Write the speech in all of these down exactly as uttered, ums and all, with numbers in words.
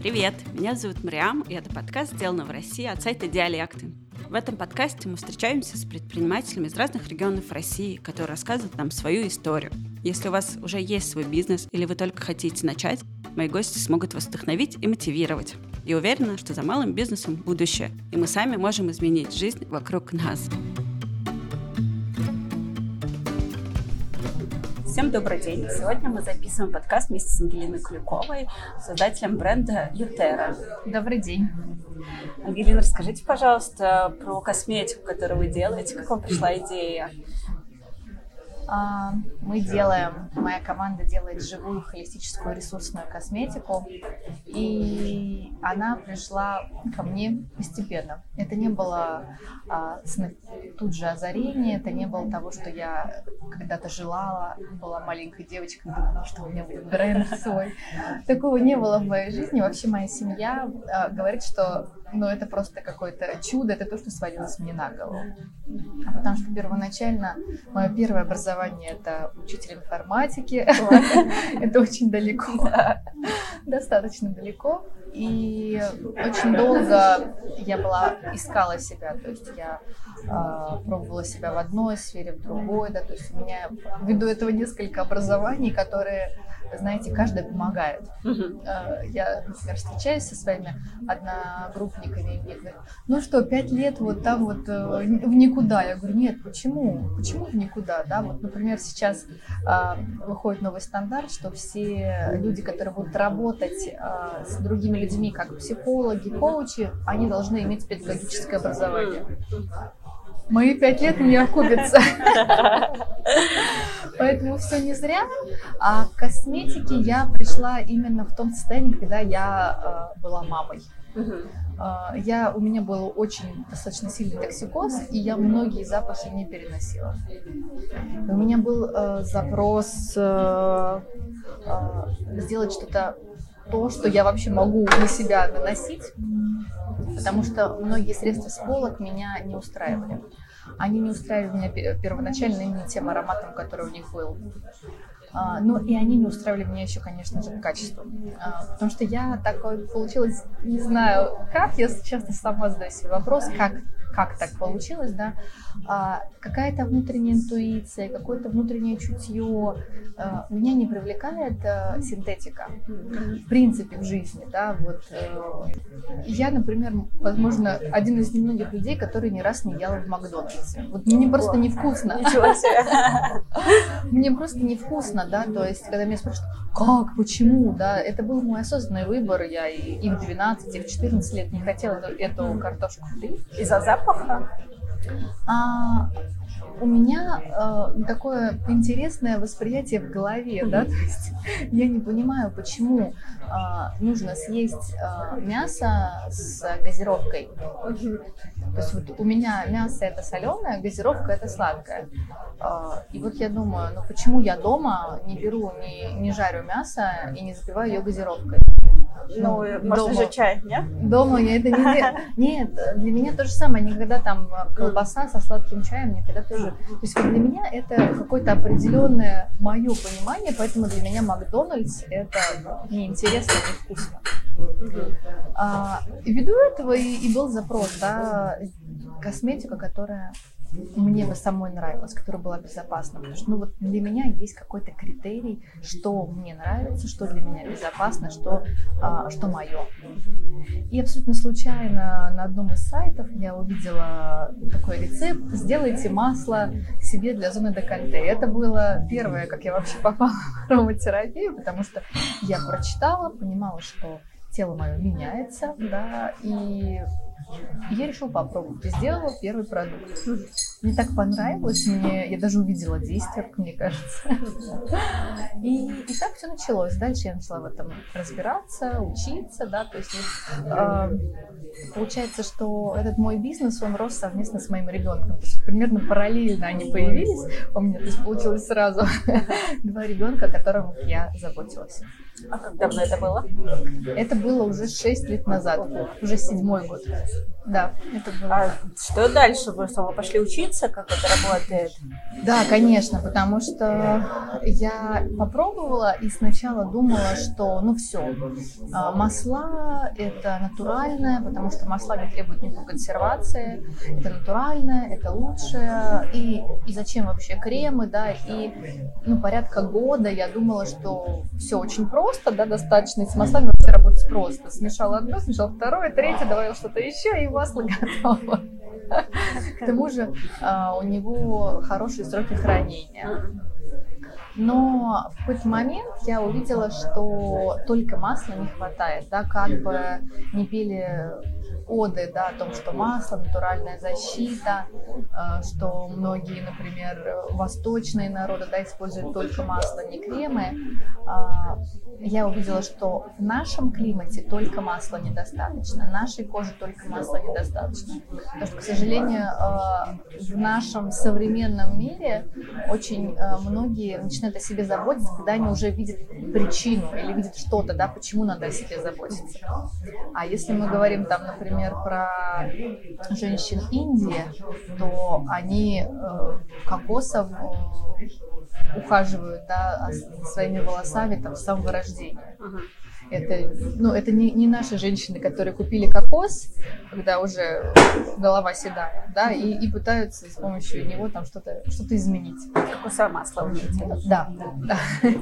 Привет, меня зовут Мариам, и это подкаст «Сделано в России» от сайта «Диалекты». В этом подкасте мы встречаемся с предпринимателями из разных регионов России, которые рассказывают нам свою историю. Если у вас уже есть свой бизнес или вы только хотите начать, мои гости смогут вас вдохновить и мотивировать. И уверена, что за малым бизнесом будущее, и мы сами можем изменить жизнь вокруг нас. Всем добрый день! Сегодня мы записываем подкаст вместе с Ангелиной Куликовой, создателем бренда Ютера. Добрый день! Ангелина, расскажите, пожалуйста, про косметику, которую вы делаете, как вам пришла идея? Мы делаем, моя команда делает живую холистическую ресурсную косметику, и она пришла ко мне постепенно. Это не было а, тут же озарение, это не было того, что я когда-то желала, была маленькой девочкой, думала, что у меня будет бренд свой. Такого не было в моей жизни. Вообще моя семья а, говорит, что ну, это просто какое-то чудо, это то, что свалилось мне на голову. Потому что первоначально мое первое образование — это учитель информатики. Это очень далеко, достаточно далеко. И очень долго я была, искала себя, то есть я э, пробовала себя в одной сфере, в другой, да, то есть у меня ввиду этого несколько образований, которые, знаете, каждое помогает. Uh-huh. Э, я, например, встречаюсь со своими одногруппниками, и мне говорят: ну что, пять лет вот там вот э, в никуда. Я говорю: нет, почему? Почему в никуда? Да, вот, например, сейчас э, выходит новый стандарт, что все люди, которые будут работать э, с другими людьми, как психологи, коучи, они должны иметь педагогическое образование. Мои пять лет не окупятся. Поэтому все не зря. А к косметике я пришла именно в том состоянии, когда я э, была мамой. Uh-huh. Я, у меня был очень достаточно сильный токсикоз, и я многие запахи не переносила. У меня был э, запрос э, э, сделать что-то, то, что я вообще могу на себя наносить, потому что многие средства с полок меня не устраивали. Они не устраивали меня первоначально именно тем ароматом, который у них был. А, ну и они не устраивали меня еще, конечно же, качеством. А, потому что я такой получилось, не знаю как, я часто сама задаю себе вопрос, как, как так получилось, да. А, какая-то внутренняя интуиция, какое-то внутреннее чутье а, меня не привлекает а, синтетика, в принципе, в жизни, да, вот. А, я, например, возможно, один из немногих людей, который ни раз не ела в Макдональдсе. Вот мне просто невкусно. Ничего себе! Мне просто невкусно, да, то есть, когда меня спрашивают, как, почему, да, это был мой осознанный выбор, я и, и в двенадцать, и в четырнадцать лет не хотела эту, эту картошку фри. Из-за запаха? А, у меня э, такое интересное восприятие в голове, да, то есть я не понимаю, почему э, нужно съесть э, мясо с газировкой. То есть вот у меня мясо это соленое, газировка это сладкое. Э, и вот я думаю, ну почему я дома не беру, не, не жарю мясо и не запиваю ее газировкой? Ну, можно же чай, нет? Дома я это не делаю. Нет, для меня то же самое. Никогда там колбаса со сладким чаем, никогда тоже. То есть вот для меня это какое-то определенное мое понимание, поэтому для меня Макдональдс это неинтересно, невкусно. А, и ввиду этого и, и был запрос, да, косметика, которая мне бы самой нравилась, которая была безопасна, потому что ну, вот для меня есть какой-то критерий, что мне нравится, что для меня безопасно, что, а, что мое. И абсолютно случайно на одном из сайтов я увидела такой рецепт: сделайте масло себе для зоны декольте. Это было первое, как я вообще попала в ароматерапию, потому что я прочитала, понимала, что тело мое меняется, да, и я решила попробовать. И сделала первый продукт. Мне так понравилось, мне, я даже увидела действие, как мне кажется. И, и так все началось. Дальше я начала в этом разбираться, учиться, да, то есть э, получается, что этот мой бизнес, он рос совместно с моим ребенком. То есть примерно параллельно они появились у меня, то есть получилось сразу два ребенка, о которых я заботилась. А как давно это было? Это было уже шесть лет назад, уже седьмой год. Да, это было. А что дальше? Вы снова пошли учиться, как это работает? Да, конечно, потому что я попробовала попробовала и сначала думала, что ну все, масла это натуральное, потому что масла не требуют никакой консервации, это натуральное, это лучшее, и, и зачем вообще кремы, да, и ну, порядка года я думала, что все очень просто, да, достаточно, и с маслами вообще работать просто. Смешала одно, смешала второе, третье, добавила что-то еще, и масло готово. К тому же у него хорошие сроки хранения. Но в какой-то момент я увидела, что только масла не хватает, да, как бы не пели оды, да, о том, что масло, натуральная защита, что многие, например, восточные народы, да, используют только масло, не кремы. Я увидела, что в нашем климате только масла недостаточно, нашей коже только масла недостаточно. Потому что, к сожалению, в нашем современном мире очень многие начинают о себе заботиться, когда они уже видят причину или видят что-то, да, почему надо о себе заботиться. А если мы говорим, там, например, про женщин Индии, то они кокосом ухаживают, да, своими волосами там, с самого рождения. Uh-huh. Это, ну, это не, не наши женщины, которые купили кокос, когда уже голова седая, да, и, и пытаются с помощью него там что-то, что-то изменить. Кокосовое масло. Да, да.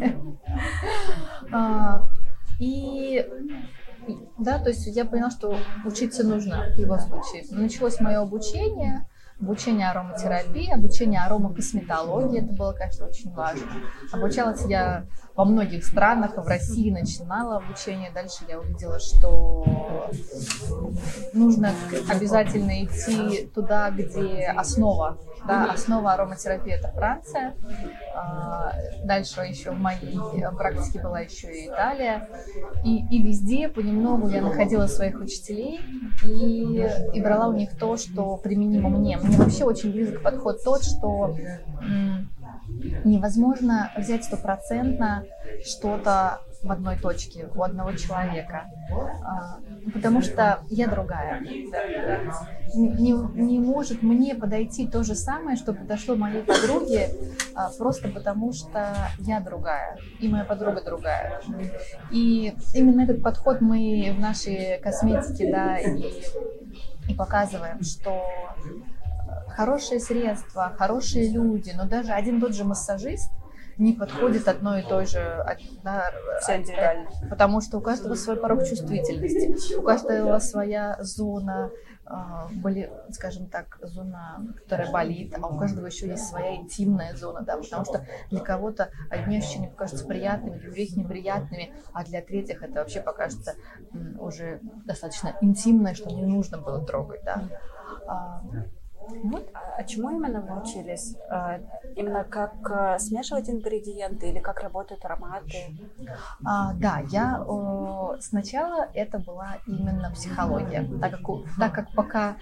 да. И да, то есть я поняла, что учиться нужно в любом случае. Началось мое обучение. Обучение ароматерапии, обучение аромакосметологии, это было, конечно, очень важно. Обучалась я во многих странах, в России начинала обучение, дальше я увидела, что нужно обязательно идти туда, где основа, да, основа ароматерапии – это Франция. Дальше еще в моей практике была еще и Италия. И, и везде понемногу я находила своих учителей и, и брала у них то, что применимо мне. Мне вообще очень близок подход тот, что м, невозможно взять стопроцентно что-то в одной точке у одного человека, потому что я другая. Не, не может мне подойти то же самое, что подошло моей подруге, просто потому что я другая, и моя подруга другая. И именно этот подход мы в нашей косметике, да, и, и показываем, что хорошие средства, хорошие люди, но даже один и тот же массажист не подходит одной и той же, да, потому что у каждого свой порог чувствительности, у каждого своя зона, боли, скажем так, зона, которая болит, а у каждого еще есть своя интимная зона, да, потому что для кого-то одни ощущения покажутся приятными, других неприятными, а для третьих это вообще покажется уже достаточно интимное, что не нужно было трогать, да. Вот. А чему именно вы учились? Именно как смешивать ингредиенты или как работают ароматы? А, да, я о, сначала это была именно психология, так как, так как пока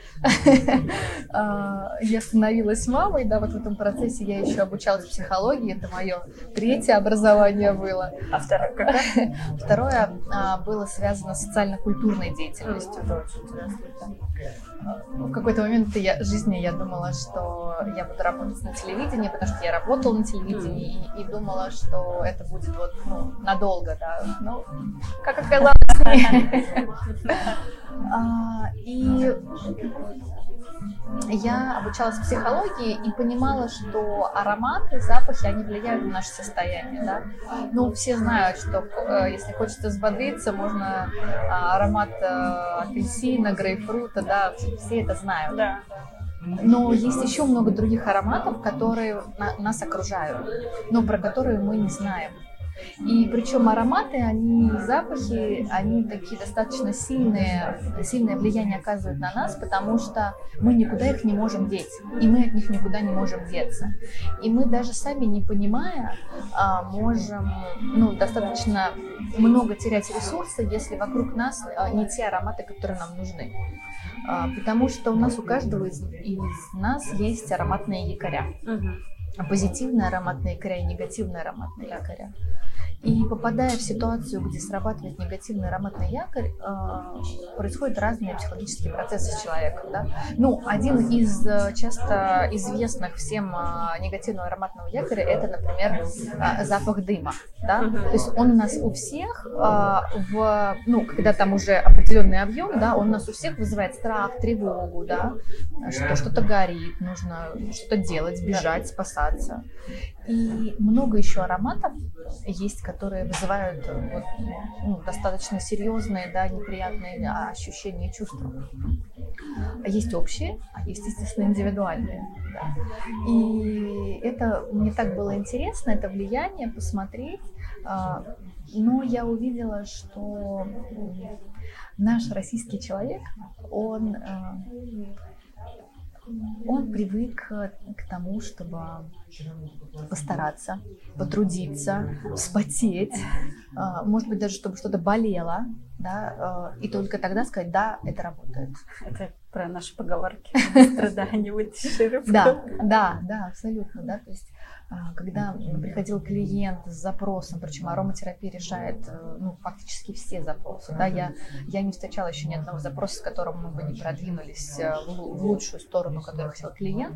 я становилась мамой, да, вот в этом процессе я еще обучалась психологии, это мое третье образование было. А второе какое? Второе было связано с социально-культурной деятельностью. Это очень интересно. В какой-то момент я, жизни я думала, что я буду работать на телевидении, потому что я работала на телевидении и, и думала, что это будет вот, ну, надолго, да. Ну, как оказалось, нет. И я обучалась психологии и понимала, что ароматы, запахи, они влияют на наше состояние, да. Ну, все знают, что э, если хочется взбодриться, можно э, аромат э, апельсина, грейпфрута, да, все это знают. Да. Но есть еще много других ароматов, которые на, нас окружают, но про которые мы не знаем. И причем ароматы, они, запахи, они такие достаточно сильные, сильное влияние оказывают на нас, потому что мы никуда их не можем деть, и мы от них никуда не можем деться. И мы даже сами не понимая, можем, ну, достаточно много терять ресурсы, если вокруг нас не те ароматы, которые нам нужны. Потому что у нас у каждого из, из нас есть ароматные якоря. Позитивные ароматные якоря и негативные ароматные якоря. И попадая в ситуацию, где срабатывает негативный ароматный якорь, э, происходят разные психологические процессы с человеком. Да? Ну, один из э, часто известных всем э, негативного ароматного якоря — это, например, э, запах дыма. Да? То есть он у нас у всех, э, в, ну, когда там уже определенный объем, да, он у нас у всех вызывает страх, тревогу, да? Что что-то горит, нужно что-то делать, бежать, спасаться. И много еще ароматов есть, которые вызывают вот, ну, достаточно серьезные, да, неприятные ощущения и чувства. Есть общие, а есть, естественно, индивидуальные. Да. И это мне так было интересно, это влияние посмотреть. Но я увидела, что наш российский человек, он, он привык к тому, чтобы постараться, потрудиться, вспотеть, может быть, даже чтобы что-то болело, да, и только тогда сказать: да, это работает. Это про наши поговорки. Страдания, вытащи рыбку. Да, да, да, абсолютно, да, то есть когда приходил клиент с запросом, причем ароматерапия решает, ну, фактически все запросы, да, я, я не встречала еще ни одного запроса, с которым мы бы не продвинулись в, в лучшую сторону, которую хотел клиент.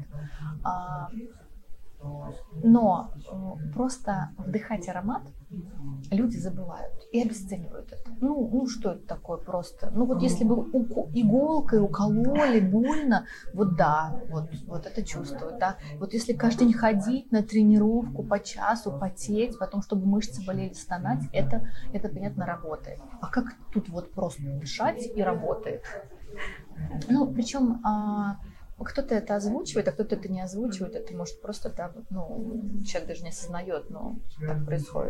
Но просто вдыхать аромат люди забывают и обесценивают это. Ну, ну что это такое просто? Ну вот если бы иголкой укололи, больно, вот да, вот, вот это чувствуют, да. Вот если каждый день ходить на тренировку по часу, потеть, потом, чтобы мышцы болели, стонать, это, это понятно, работает. А как тут вот просто дышать и работает? Ну, причем... Кто-то это озвучивает, а кто-то это не озвучивает. Это может просто, да, ну, человек даже не осознает, но так происходит.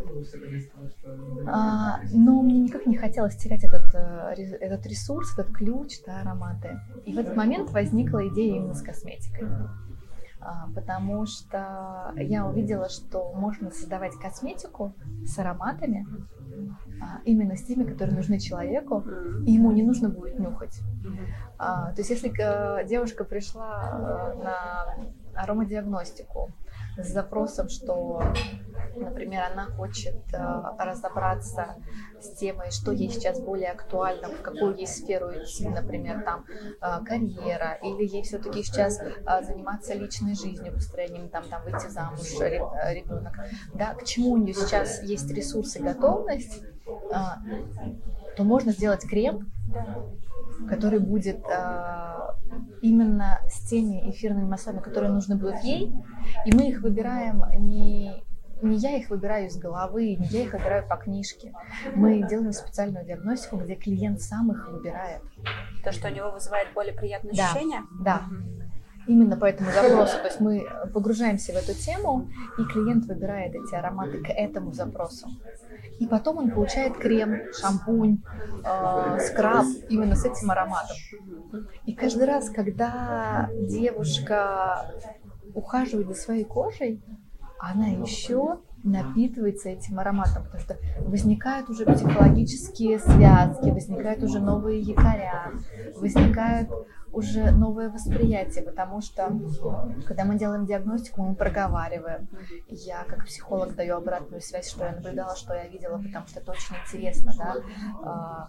А, но мне никак не хотелось терять этот, этот ресурс, этот ключ, да, ароматы. И в этот момент возникла идея именно с косметикой. А, потому что я увидела, что можно создавать косметику с ароматами, а, именно с теми, которые нужны человеку, и ему не нужно будет нюхать. А, то есть если девушка пришла на аромадиагностику с запросом, что, например, она хочет разобраться с темой, что ей сейчас более актуально, в какую ей сферу идти, например, там карьера, или ей все-таки сейчас заниматься личной жизнью, построением, там, там выйти замуж, ребенок, да, к чему у нее сейчас есть ресурсы и готовность, то можно сделать крем, который будет э, именно с теми эфирными маслями, которые нужны будут ей, и мы их выбираем не, не я их выбираю из головы, не я их выбираю по книжке. Мы делаем специальную диагностику, где клиент сам их выбирает. То, что у него вызывает более приятные да, ощущения? Да. Именно по этому запросу. То есть мы погружаемся в эту тему, и клиент выбирает эти ароматы к этому запросу. И потом он получает крем, шампунь, э, скраб именно с этим ароматом. И каждый раз, когда девушка ухаживает за своей кожей, она еще напитывается этим ароматом, потому что возникают уже психологические связки, возникают уже новые якоря, возникает уже новое восприятие, потому что, когда мы делаем диагностику, мы проговариваем. Я, как психолог, даю обратную связь, что я наблюдала, что я видела, потому что это очень интересно, да.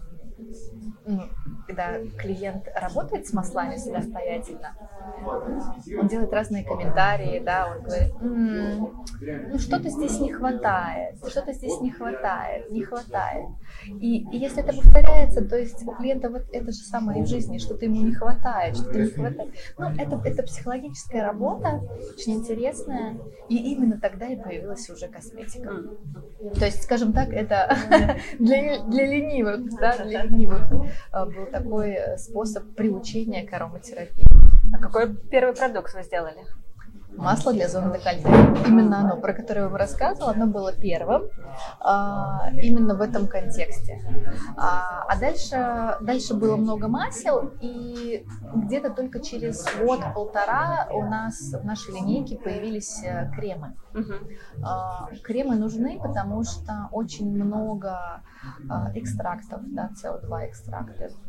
Когда клиент работает с маслами самостоятельно, он делает разные комментарии, да, он говорит: м-м, ну что-то здесь не хватает, что-то здесь не хватает, не хватает. И, и если это повторяется, то есть у клиента вот это же самое и в жизни, что-то ему не хватает, что-то не хватает. Ну, это, это психологическая работа, очень интересная, и именно тогда и появилась уже косметика. То есть, скажем так, это для, для ленивых, да, для ленивых был такой способ приучения к ароматерапии. А какой первый продукт вы сделали? Масло для зоны декольте. Именно оно, про которое я вам рассказывала, оно было первым, а, именно в этом контексте. А, а дальше, дальше было много масел, и где-то только через год-полтора у нас в нашей линейке появились кремы. Uh-huh. А, кремы нужны, потому что очень много а, экстрактов, да, си о два экстракты.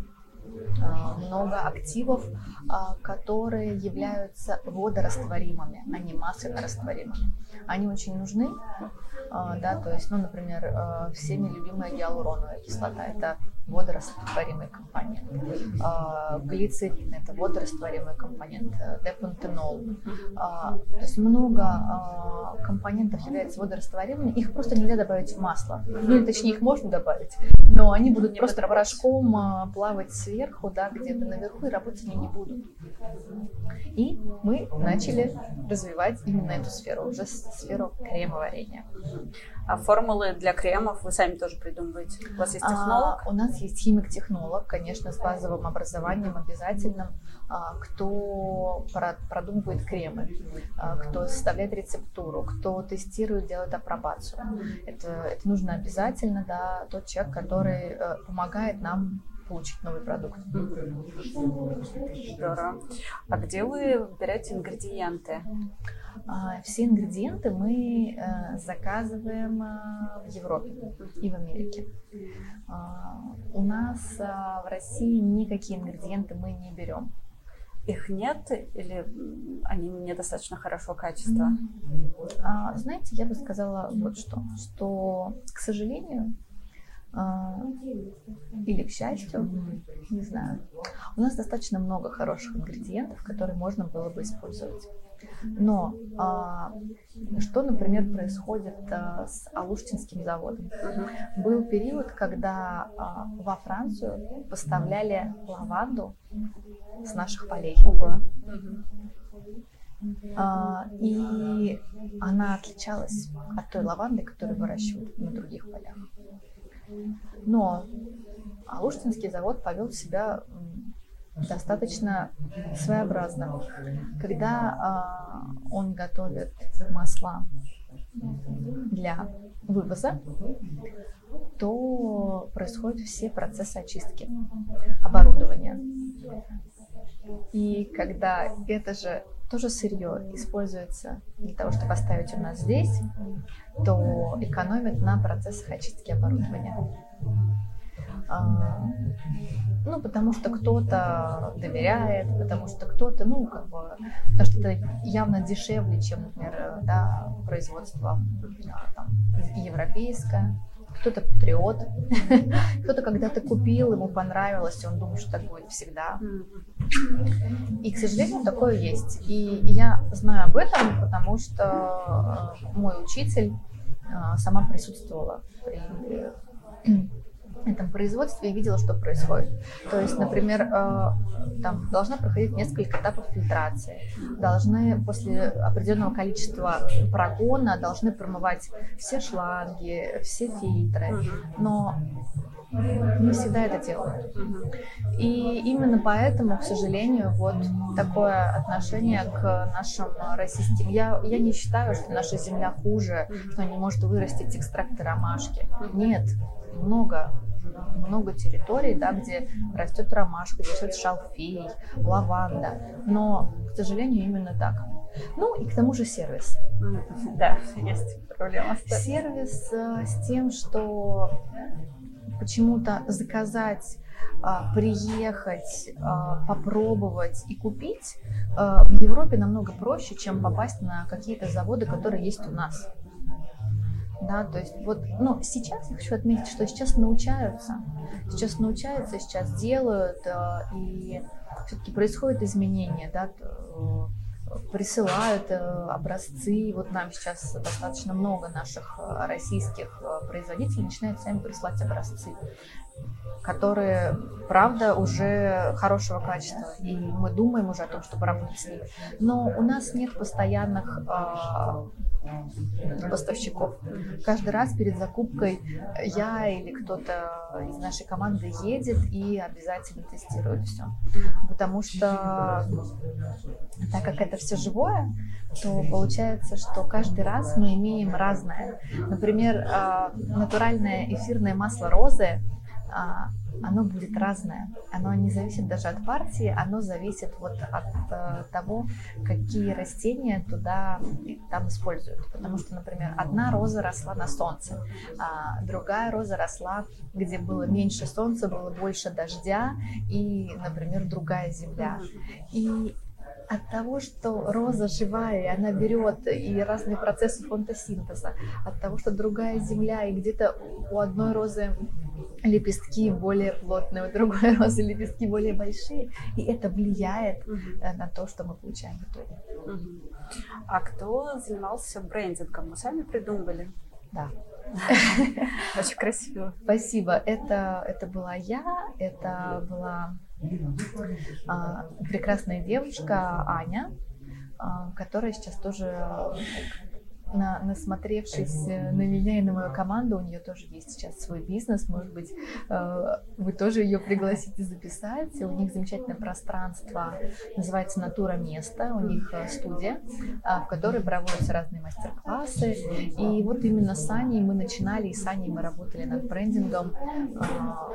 много активов, которые являются водорастворимыми, а не масляно-растворимыми. Они очень нужны, да, то есть, ну, например, всеми любимая гиалуроновая кислота – это водорастворимый компонент. Глицерин – это водорастворимый компонент, депантенол. То есть много компонентов являются водорастворимыми, их просто нельзя добавить в масло. Ну, точнее, их можно добавить, но они будут не просто порошком плавать сверху, да, где-то наверху, и работать они не будут. И мы начали развивать именно эту сферу, уже сферу кремоварения. А формулы для кремов вы сами тоже придумываете? У вас есть технолог? А, у нас есть химик-технолог, конечно, с базовым образованием обязательным, а, кто про- продумывает кремы, а, кто составляет рецептуру, кто тестирует, делает апробацию. Это, это нужно обязательно, да, тот человек, который а, помогает нам получить новый продукт. Здорово. А где вы берете ингредиенты? Все ингредиенты мы э, заказываем э, в Европе и в Америке. Э, у нас э, в России никакие ингредиенты мы не берем. Их нет или они недостаточно хорошего качества? А, знаете, я бы сказала вот что, что, к сожалению, э, или к счастью, не знаю, у нас достаточно много хороших ингредиентов, которые можно было бы использовать. Но а, что, например, происходит а, с Алуштинским заводом? Uh-huh. Был период, когда а, во Францию поставляли лаванду с наших полей. Uh-huh. А, и она отличалась от той лаванды, которую выращивают на других полях. Но Алуштинский завод повел себя достаточно своеобразно. Когда э, он готовит масла для вывоза, то происходят все процессы очистки оборудования. И когда это же тоже сырье используется для того, чтобы оставить у нас здесь, то экономит на процессах очистки оборудования. А, ну, потому что кто-то доверяет, потому что кто-то, ну, как бы, потому что это явно дешевле, чем, например, да, производство там, европейское. Кто-то патриот, кто-то когда-то купил, ему понравилось, и он думает, что так будет всегда. И, к сожалению, такое есть. И я знаю об этом, потому что мой учитель сама присутствовала при этом производстве и видела, что происходит. То есть, например, э, там должна проходить несколько этапов фильтрации. Должны после определенного количества прогона должны промывать все шланги, все фильтры. Но не всегда это делают. И именно поэтому, к сожалению, вот такое отношение к нашим российским. Я, я не считаю, что наша земля хуже, что не может вырастить экстракты ромашки. Нет, много. много территорий, да, где растет ромашка, где растет шалфей, лаванда, но, к сожалению, именно так. Ну и к тому же сервис. Да, есть проблема. Сервис э, с тем, что почему-то заказать, э, приехать, э, попробовать и купить э, в Европе намного проще, чем попасть на какие-то заводы, которые есть у нас. Да, то есть вот, ну, сейчас я хочу отметить, что сейчас научаются, сейчас научаются, сейчас делают, э, и все-таки происходят изменения, да, то, э, присылают э, образцы, вот нам сейчас достаточно много наших э, российских э, производителей начинают сами присылать образцы, которые, правда, уже хорошего качества, и мы думаем уже о том, чтобы работать с ними, но у нас нет постоянных э, поставщиков. Каждый раз перед закупкой я или кто-то из нашей команды едет и обязательно тестирует все. Потому что, так как это все живое, то получается, что каждый раз мы имеем разное. Например, натуральное эфирное масло розы а, оно будет разное. Оно не зависит даже от партии, оно зависит вот от а, того, какие растения туда там используют. Потому что, например, одна роза росла на солнце, а другая роза росла, где было меньше солнца, было больше дождя и, например, другая земля. И от того, что роза живая, и она берет и разные процессы фотосинтеза, от того, что другая земля, и где-то у одной розы лепестки более плотные, у другой розы лепестки более большие, и это влияет uh-huh. на то, что мы получаем в итоге. Uh-huh. А кто занимался брендингом? Вы сами придумывали? Да. Очень красиво. Спасибо. Это, это была я, это была а, прекрасная девушка Аня, а, которая сейчас тоже, на, насмотревшись на меня и на мою команду, у нее тоже есть сейчас свой бизнес, может быть, а, вы тоже ее пригласите записать. У них замечательное пространство, называется «Натура место», у них студия, а, в которой проводятся разные мастер-классы. И вот именно с Аней мы начинали, и с Аней мы работали над брендингом. А,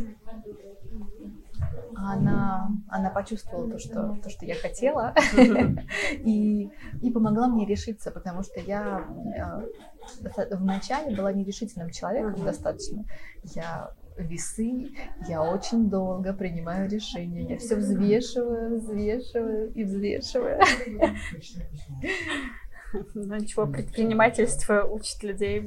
Она, она почувствовала то, что, то, что я хотела, и, и помогла мне решиться, потому что я э, вначале была нерешительным человеком достаточно. Я весы, я очень долго принимаю решения, я все взвешиваю, взвешиваю и взвешиваю. Ну ничего, предпринимательство учит людей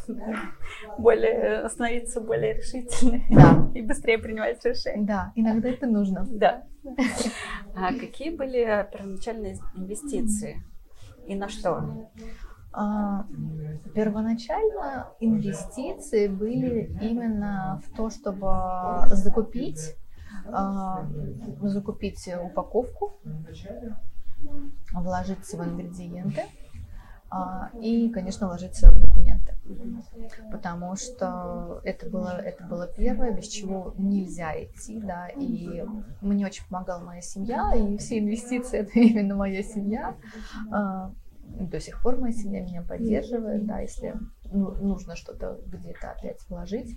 более становиться более решительными, да, и быстрее принимать решения. Да, иногда это нужно. Да. А какие были первоначальные инвестиции и на что? А, первоначально инвестиции были именно в то, чтобы закупить, а, закупить упаковку, вложиться в ингредиенты. И, конечно, вложиться в документы, потому что это было, это было первое, без чего нельзя идти, да, и мне очень помогала моя семья, и все инвестиции — это именно моя семья. До сих пор моя семья меня поддерживает, да, если нужно что-то где-то опять вложить.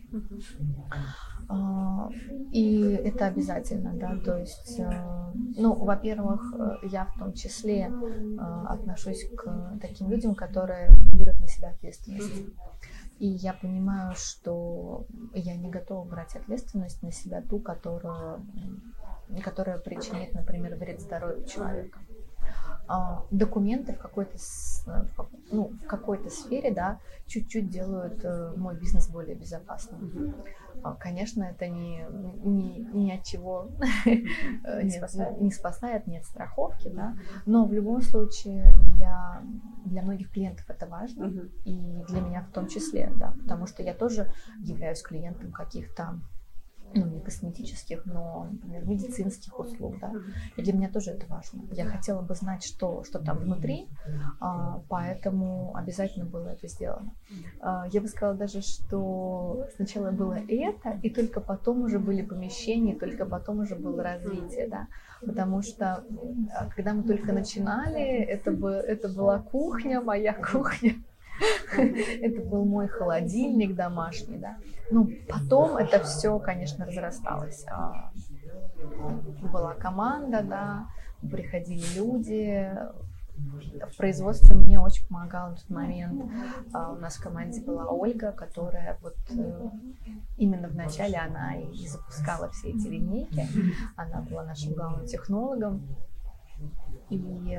И это обязательно, да, то есть, ну, во-первых, я в том числе отношусь к таким людям, которые берут на себя ответственность. И я понимаю, что я не готова брать ответственность на себя ту, которую, которая причинит, например, вред здоровью человека. Документы в какой-то, ну, в какой-то сфере, да, чуть-чуть делают мой бизнес более безопасным. Конечно, это не, не, ни от чего не спасает. не спасает, нет страховки, да, но в любом случае для, для многих клиентов это важно, uh-huh. и для меня в том числе, да, потому что я тоже являюсь клиентом каких-то, ну, не косметических, но, например, медицинских услуг, да, и для меня тоже это важно. Я хотела бы знать, что, что там внутри, а, поэтому обязательно было это сделано. А, я бы сказала даже, что сначала было это, и только потом уже были помещения, только потом уже было развитие, да, потому что когда мы только начинали, это, бы, это была кухня, моя кухня. Это был мой холодильник домашний, да. Ну, потом это все, конечно, разрасталось. Была команда, да, приходили люди. В производстве мне очень помогала на тот момент. У нас в команде была Ольга, которая вот именно в начале она и запускала все эти линейки. Она была нашим главным технологом. И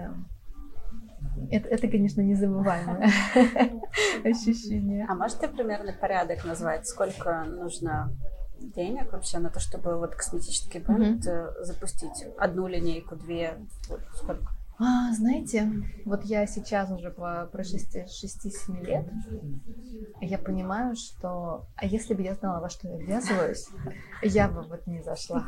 Это, это, конечно, незабываемое ощущение. А можете примерный порядок назвать, сколько нужно денег вообще на то, чтобы вот косметический бренд mm-hmm. запустить? Одну линейку, две, вот сколько? А, знаете, вот я сейчас уже по шести-семи лет, я понимаю, что а если бы я знала, во что я ввязываюсь, я бы вот не зашла.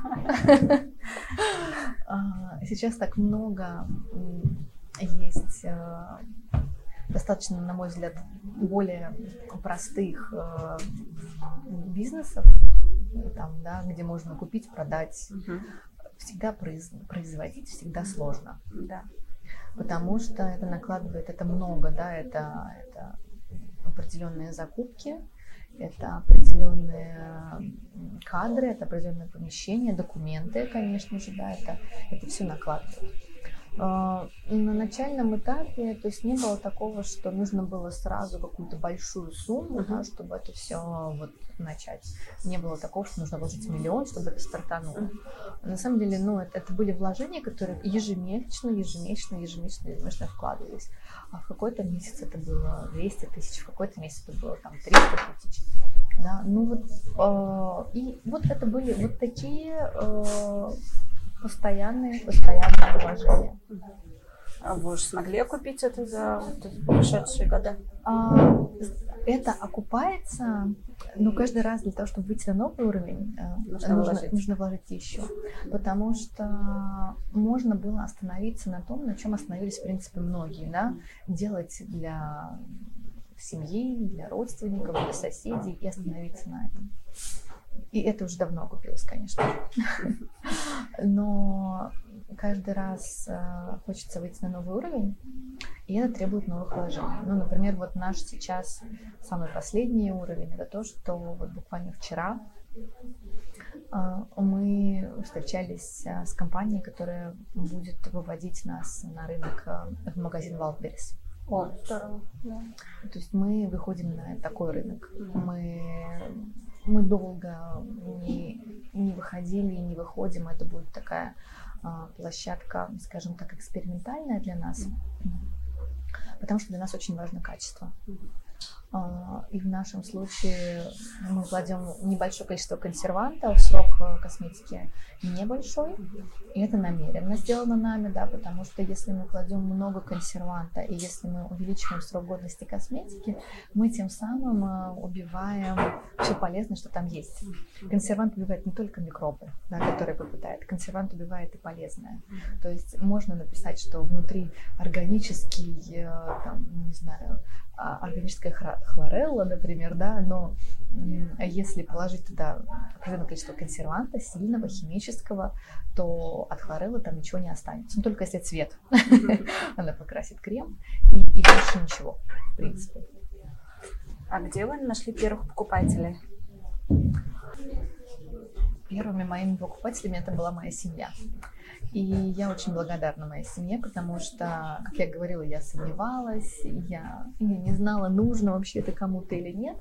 Сейчас так много есть достаточно, на мой взгляд, более простых бизнесов, там, да, где можно купить, продать. Угу. Всегда произ... производить всегда сложно, да. Потому что это накладывает, это много, да, это, это определенные закупки, это определенные кадры, это определенные помещения, документы, конечно же, да, это, это все накладывает. На начальном этапе, то есть не было такого, что нужно было сразу какую-то большую сумму, uh-huh. да, чтобы это все вот начать. Не было такого, что нужно вложить миллион, чтобы это стартануло. Uh-huh. На самом деле, ну, это, это были вложения, которые ежемесячно, ежемесячно, ежемесячно, ежемесячно вкладывались. А в какой-то месяц это было двести тысяч, в какой-то месяц это было там триста тысяч. Да, ну вот, э, и вот это были вот такие э, постоянные, постоянные вложения. А вы уже смогли окупить это за вот прошедшие года? А, это окупается, но каждый раз для того, чтобы выйти на новый уровень, нужно, нужно, вложить. нужно вложить еще. Потому что можно было остановиться на том, на чем остановились, в принципе, многие. Да? Делать для семьи, для родственников, для соседей и остановиться на этом. И это уже давно окупилось, конечно. Но каждый раз э, хочется выйти на новый уровень, и это требует новых вложений. Ну, например, вот наш сейчас самый последний уровень, это то, что вот буквально вчера э, мы встречались э, с компанией, которая будет выводить нас на рынок, э, в магазин Wildberries. О, здорово. Да. То есть мы выходим на такой рынок. Mm-hmm. Мы, мы долго не, не выходили и не выходим. Это будет такая а, площадка, скажем так, экспериментальная для нас. Mm-hmm. Потому что для нас очень важно качество. Mm-hmm. А, и в нашем случае мы кладем небольшое количество консервантов, срок косметики небольшой, и это намеренно сделано нами, да, потому что если мы кладем много консерванта и если мы увеличиваем срок годности косметики, мы тем самым убиваем все полезное, что там есть. Консервант убивает не только микробы, да, которые попадают, консервант убивает и полезное. То есть можно написать, что внутри органический, там, не знаю, органическая хлорелла, например, да, но если положить туда определенное количество консерванта, сильного, химического, то от хлореллы там ничего не останется. Ну, только если цвет. Она покрасит крем и, и больше ничего, в принципе. А где вы нашли первых покупателей? Первыми моими покупателями это была моя семья. И я очень благодарна моей семье, потому что, как я говорила, я сомневалась, я, я не знала, нужно вообще это кому-то или нет.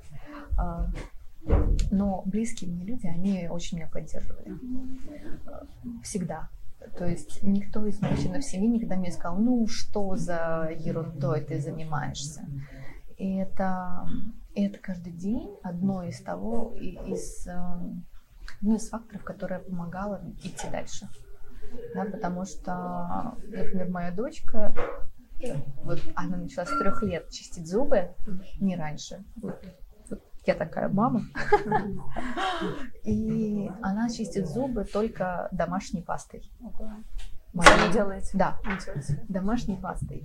Но близкие мне люди, они очень меня поддерживали. Всегда. То есть никто из моих членов семьи никогда мне не сказал, ну что за ерундой ты занимаешься. И это, это каждый день одно из того, из, одно из факторов, которое помогало идти дальше. Да, потому что, например, моя дочка, вот она начала с трех лет чистить зубы, не раньше. Вот, вот я такая мама. И она чистит зубы только домашней пастой. Сами делаете? Да, домашней пастой.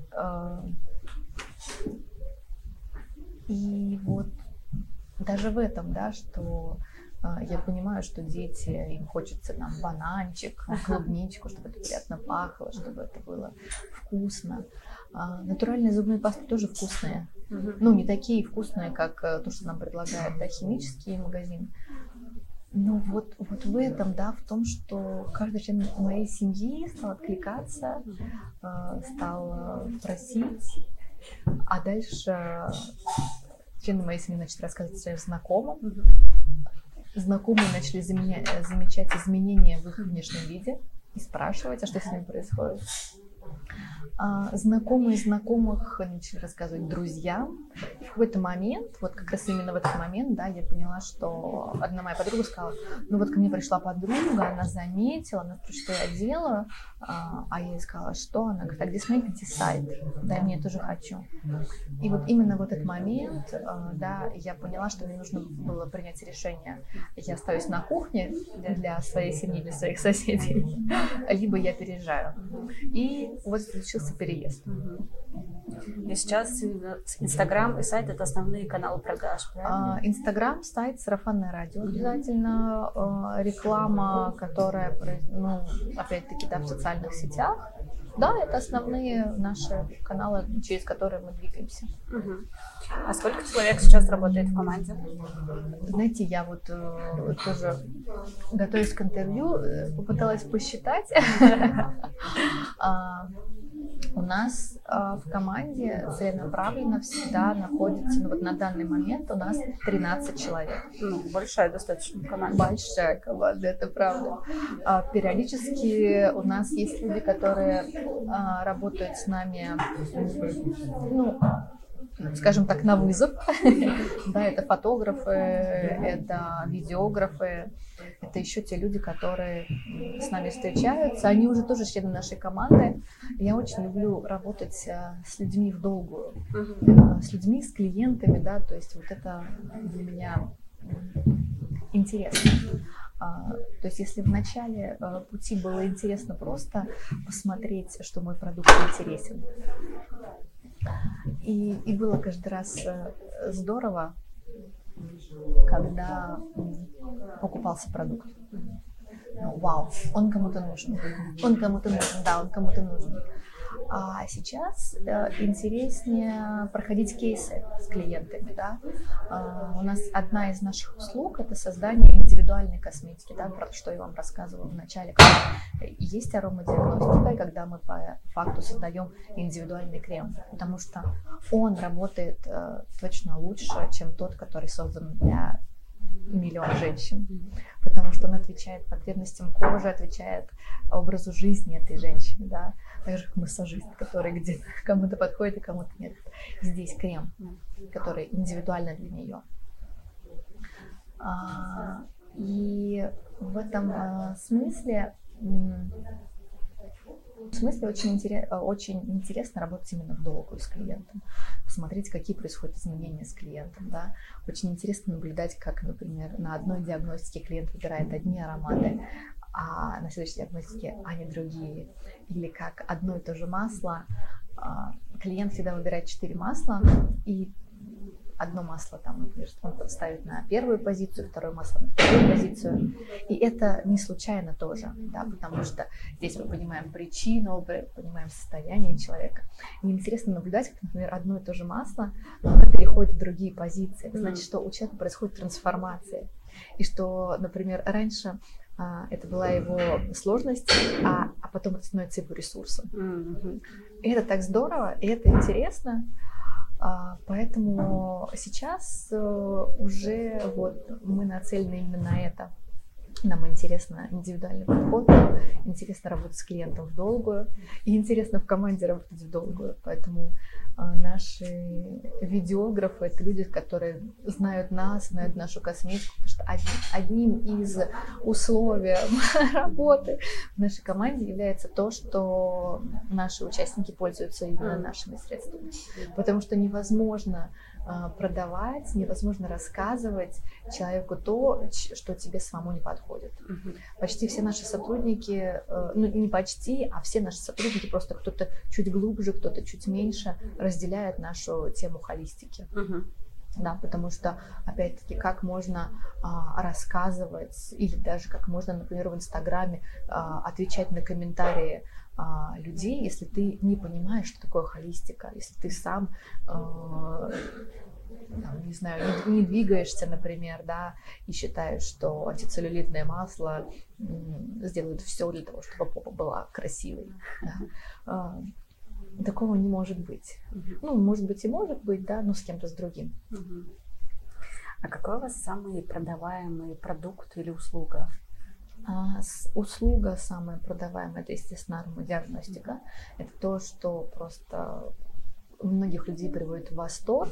И вот даже в этом, да, что я понимаю, что дети, им хочется там бананчик, клубничку, чтобы это приятно пахло, чтобы это было вкусно. А натуральные зубные пасты тоже вкусные. Ну, не такие вкусные, как то, что нам предлагает, да, химический магазин. Но вот, вот в этом, да, в том, что каждый член моей семьи стал откликаться, стал просить, а дальше члены моей семьи начали рассказывать своим знакомым. Знакомые начали заменять, замечать изменения в их внешнем виде и спрашивать, а что с ними происходит. А знакомые знакомых начали рассказывать друзьям. И в какой-то момент, вот как раз именно в этот момент, да, я поняла, что одна моя подруга сказала, ну вот ко мне пришла подруга, она заметила, она спросила, что я делаю, а, а я ей сказала, что? Она говорит, а где смотрите сайт? Да, я мне тоже хочу. И вот именно в этот момент, да, я поняла, что мне нужно было принять решение. Я остаюсь на кухне для своей семьи, для своих соседей, либо я переезжаю. И вот случился переезд. И сейчас Инстаграм и сайт — это основные каналы продаж, правильно? Инстаграм, сайт, сарафанное радио обязательно, реклама, которая, ну, опять-таки, да, в социальных сетях. Да, это основные наши каналы, через которые мы двигаемся. Угу. А сколько человек сейчас работает в команде? Знаете, я вот э, тоже, готовясь к интервью, попыталась посчитать. У нас в команде целенаправленно всегда находится, ну вот на данный момент у нас тринадцать человек. Ну, большая достаточно команда. Большая команда, это правда. Периодически у нас есть люди, которые работают с нами, ну, скажем так, на вызов. Да, это фотографы, это видеографы, это еще те люди, которые с нами встречаются. Они уже тоже члены нашей команды. Я очень люблю работать с людьми в долгую, uh-huh. с людьми, с клиентами, да, то есть вот это для меня интересно. То есть если в начале пути было интересно просто посмотреть, что мой продукт интересен, И, и было каждый раз здорово, когда покупался продукт. Ну, вау, он кому-то нужен, он кому-то нужен, да, он кому-то нужен. А сейчас э, интереснее проходить кейсы с клиентами, да. Э, у нас одна из наших услуг – это создание индивидуальной косметики, да, про что я вам рассказывала в начале. Есть аромадиагностика, когда мы по факту создаем индивидуальный крем, потому что он работает э, точно лучше, чем тот, который создан для миллиона женщин, потому что он отвечает потребностям кожи, отвечает образу жизни этой женщины, да, так же как массажист, который где-то кому-то подходит, и кому-то нет. Здесь крем, который индивидуально для нее. А, и в этом а, смысле В смысле очень, интерес, очень интересно работать именно в долгую с клиентом, посмотреть, какие происходят изменения с клиентом. Да? Очень интересно наблюдать, как, например, на одной диагностике клиент выбирает одни ароматы, а на следующей диагностике они другие. Или как одно и то же масло, клиент всегда выбирает четыре масла, и одно масло там, например, он ставит на первую позицию, второе масло на вторую позицию. И это не случайно тоже, да, потому что здесь мы понимаем причину, понимаем состояние человека. И интересно наблюдать, как, например, одно и то же масло переходит в другие позиции. Это значит, что у человека происходит трансформация. И что, например, раньше а, это была его сложность, а, а потом это становится его ресурсом. Mm-hmm. И это так здорово, и это интересно. Поэтому сейчас уже вот мы нацелены именно на это. Нам интересно индивидуальный подход, интересно работать с клиентом в долгую, и интересно в команде работать в долгую. Поэтому наши видеографы – это люди, которые знают нас, знают нашу косметику, потому что одним из условий работы в нашей команде является то, что наши участники пользуются именно нашими средствами. Потому что невозможно продавать, невозможно рассказывать человеку то, что тебе самому не подходит. Uh-huh. Почти все наши сотрудники, ну не почти, а все наши сотрудники, просто кто-то чуть глубже, кто-то чуть меньше, разделяют нашу тему холистики. Uh-huh. Да, потому что, опять-таки, как можно а, рассказывать, или даже как можно, например, в Инстаграме а, отвечать на комментарии а, людей, если ты не понимаешь, что такое холистика, если ты сам, а, там, не знаю, не, не двигаешься, например, да, и считаешь, что антицеллюлитное масло м, сделает все для того, чтобы попа была красивой. Да. А, Такого не может быть. Uh-huh. Ну, может быть и может быть, да, но с кем-то с другим. Uh-huh. А какой у вас самый продаваемый продукт или услуга? А, с, услуга самая продаваемая, это, естественно, аромадиагностика. Uh-huh. Это то, что просто многих людей приводит в восторг.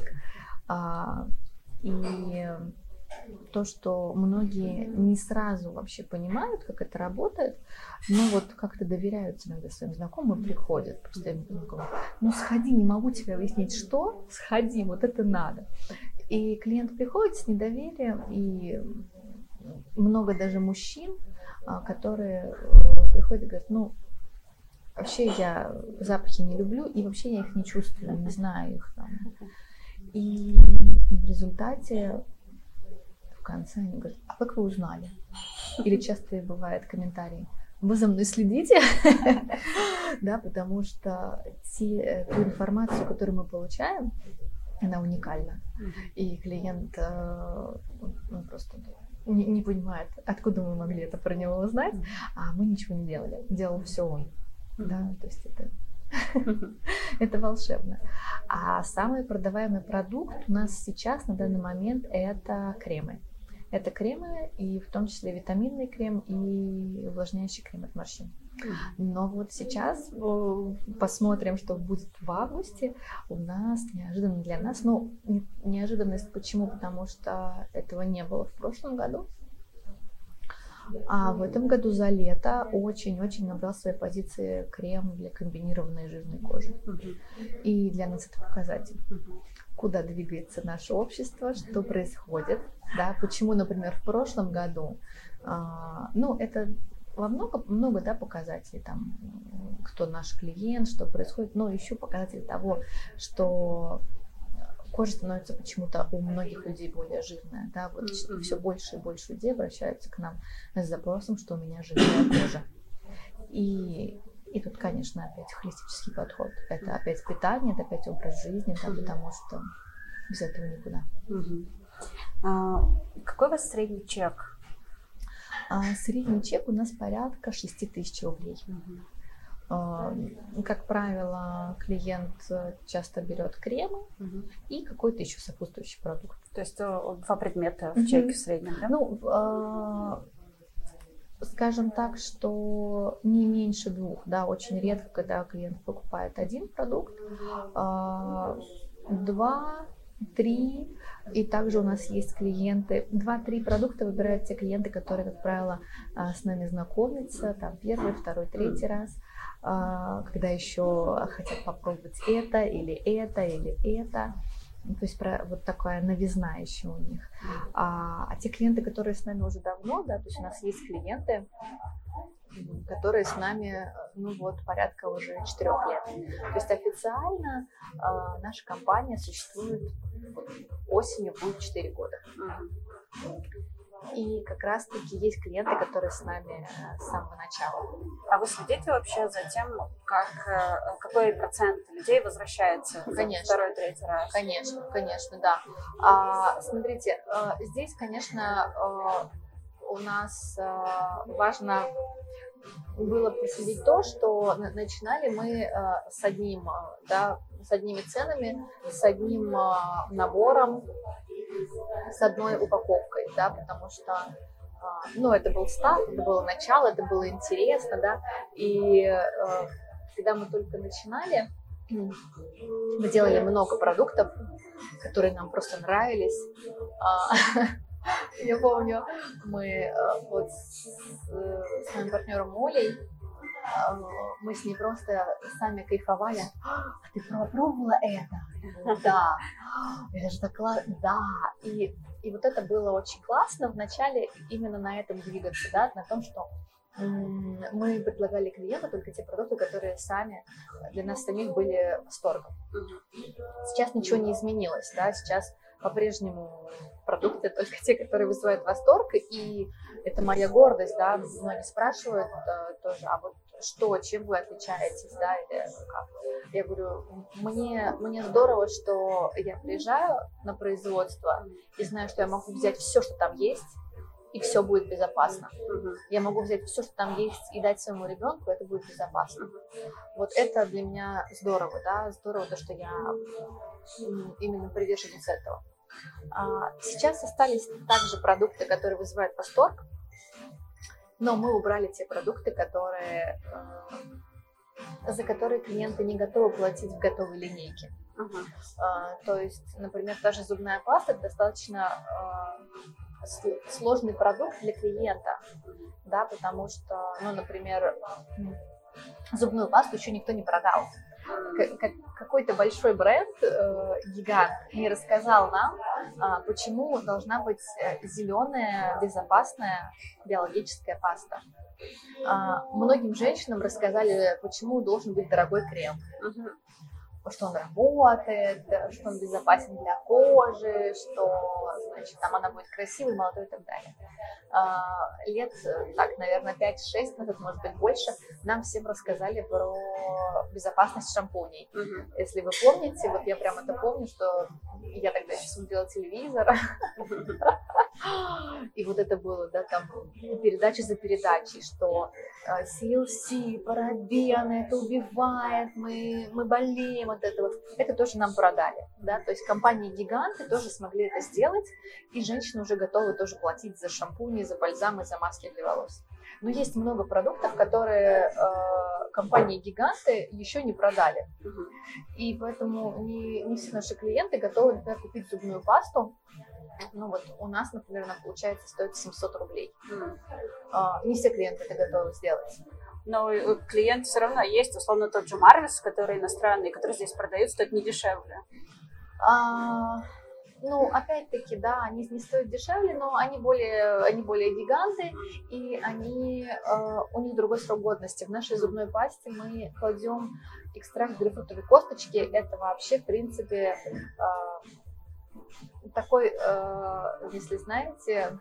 А, и то, что многие не сразу вообще понимают, как это работает, но вот как-то доверяются иногда своим знакомым, приходят. Просто я говорю, ну сходи, не могу тебе объяснить, что, сходи, вот это надо. И клиент приходит с недоверием, и много даже мужчин, которые приходят и говорят, ну, вообще я запахи не люблю, и вообще я их не чувствую, не знаю их там. И, и в результате в конце они говорят, а как вы узнали? Или часто бывает комментарий, вы за мной следите, да, потому что те, ту информацию, которую мы получаем, она уникальна. И клиент он просто не, не понимает, откуда мы могли это про него узнать, а мы ничего не делали. Делал все он. Да, то есть это, это волшебно. А самый продаваемый продукт у нас сейчас на данный момент это кремы. Это кремы, и в том числе витаминный крем и увлажняющий крем от морщин. Но вот сейчас посмотрим, что будет в августе. У нас неожиданно для нас, ну, неожиданность почему? Потому что этого не было в прошлом году. А в этом году за лето очень-очень набрал свои позиции крем для комбинированной жирной кожи. И для нас это показатель. Куда двигается наше общество, что происходит, да, почему, например, в прошлом году, а, ну, это во много, много, да, показателей, там, кто наш клиент, что происходит, но еще показатель того, что кожа становится почему-то у многих людей более жирная, да, вот mm-hmm. все больше и больше людей обращаются к нам с запросом, что у меня жирная кожа. И И тут, конечно, опять холистический подход. Это опять питание, это опять образ жизни, да, потому что без этого никуда. Угу. А, какой у вас средний чек? А, средний чек у нас порядка шесть тысяч рублей. Угу. А, как правило, клиент часто берет кремы угу. и какой-то еще сопутствующий продукт. То есть два предмета в угу. чеке в среднем, да? Ну, а, скажем так, что не меньше двух, да, очень редко, когда клиент покупает один продукт, а, два, три, и также у нас есть клиенты, два-три продукта выбирают те клиенты, которые, как правило, с нами знакомятся, там, первый, второй, третий раз, а, когда еще хотят попробовать это, или это, или это. То есть про, вот такая новизна еще у них. А, а те клиенты, которые с нами уже давно, да, то есть у нас есть клиенты, которые с нами, ну вот, порядка уже четырех лет. То есть официально а, наша компания существует, вот, осенью будет четыре года. И как раз-таки есть клиенты, которые с нами с самого начала. А вы следите вообще за тем, как, какой процент людей возвращается конечно, второй, третий раз? Конечно, конечно, да. А, смотрите, здесь, конечно, у нас важно было проследить то, что начинали мы с одним, да, с одними ценами, с одним набором, с одной упаковкой, да, потому что, ну, это был старт, это было начало, это было интересно, да, и когда мы только начинали, мы делали много продуктов, которые нам просто нравились. Я помню, мы вот с, с моим партнером Олей, мы с ней просто сами кайфовали. А ты попробовала это? Да. Это же так классно. Да. И, и вот это было очень классно вначале именно на этом двигаться, да, на том, что м- мы предлагали клиенту только те продукты, которые сами для нас самих были восторгом. Сейчас ничего не изменилось, да, сейчас по-прежнему продукты только те, которые вызывают восторг, и это моя гордость, да, многие спрашивают э, тоже, а вот что, чем вы отличаетесь, да, или как? Я говорю, мне, мне здорово, что я приезжаю на производство и знаю, что я могу взять все, что там есть, и все будет безопасно. Mm-hmm. Я могу взять все, что там есть, и дать своему ребенку, это будет безопасно. Вот это для меня здорово, да, здорово то, что я именно приверженец этого. А сейчас остались также продукты, которые вызывают восторг, но мы убрали те продукты, которые, э, за которые клиенты не готовы платить в готовой линейке. Uh-huh. А, то есть, например, та же зубная паста — это достаточно э, сложный продукт для клиента, да, потому что, ну, например, зубную пасту еще никто не продал. Как, какой-то большой бренд, э, гигант, не рассказал нам, э, почему должна быть зеленая, безопасная биологическая паста. Э, многим женщинам рассказали, почему должен быть дорогой крем. Uh-huh. что он работает, что он безопасен для кожи, что, значит, там она будет красивой, молодой и так далее. Лет, так, наверное, пять-шесть назад, может быть, больше, нам всем рассказали про безопасность шампуней. Mm-hmm. Если вы помните, вот я прям это помню, что я тогда еще смотрела телевизор, и вот это было, да, там, передача за передачей, что си эл си, парабены, это убивает, мы, мы болеем от этого. Это тоже нам продали, да, то есть компании-гиганты тоже смогли это сделать, и женщины уже готовы тоже платить за шампуни, за бальзамы, за маски для волос. Но есть много продуктов, которые э, компании-гиганты еще не продали. Uh-huh. И поэтому не, не все наши клиенты готовы, например, купить зубную пасту. Ну вот у нас, например, она, получается, стоит семьсот рублей. Mm. А, не все клиенты это готовы сделать. Но клиент все равно есть, условно, тот же Марвис, который иностранный, который здесь продают, стоит не дешевле. А, ну, опять-таки, да, они не стоят дешевле, но они более, они более гиганты, и они, э, у них другой срок годности. В нашей зубной пасте мы кладем экстракт грейпфрутовой косточки. Это вообще, в принципе, э, такой, э, если знаете,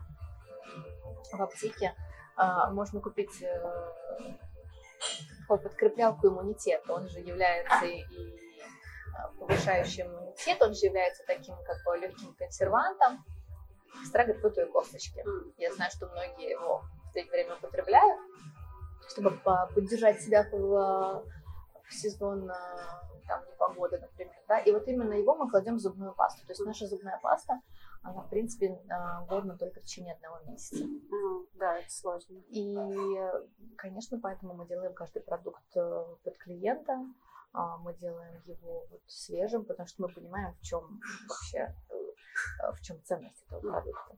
в аптеке э, можно купить э, такую подкреплялку иммунитета. Он же является и, и повышающим иммунитет, он же является таким как бы легким консервантом. Экстракт грейпфрутовой косточки. Я знаю, что многие его в последнее время употребляют, чтобы поддержать себя в, в сезон там, непогоды, например. Да? И вот именно его мы кладем в зубную пасту. То есть наша зубная паста, она, в принципе, годна только в течение одного месяца. Mm, да, это сложно. И, конечно, поэтому мы делаем каждый продукт под клиента. Мы делаем его вот свежим, потому что мы понимаем, в чем вообще, в чем ценность этого продукта.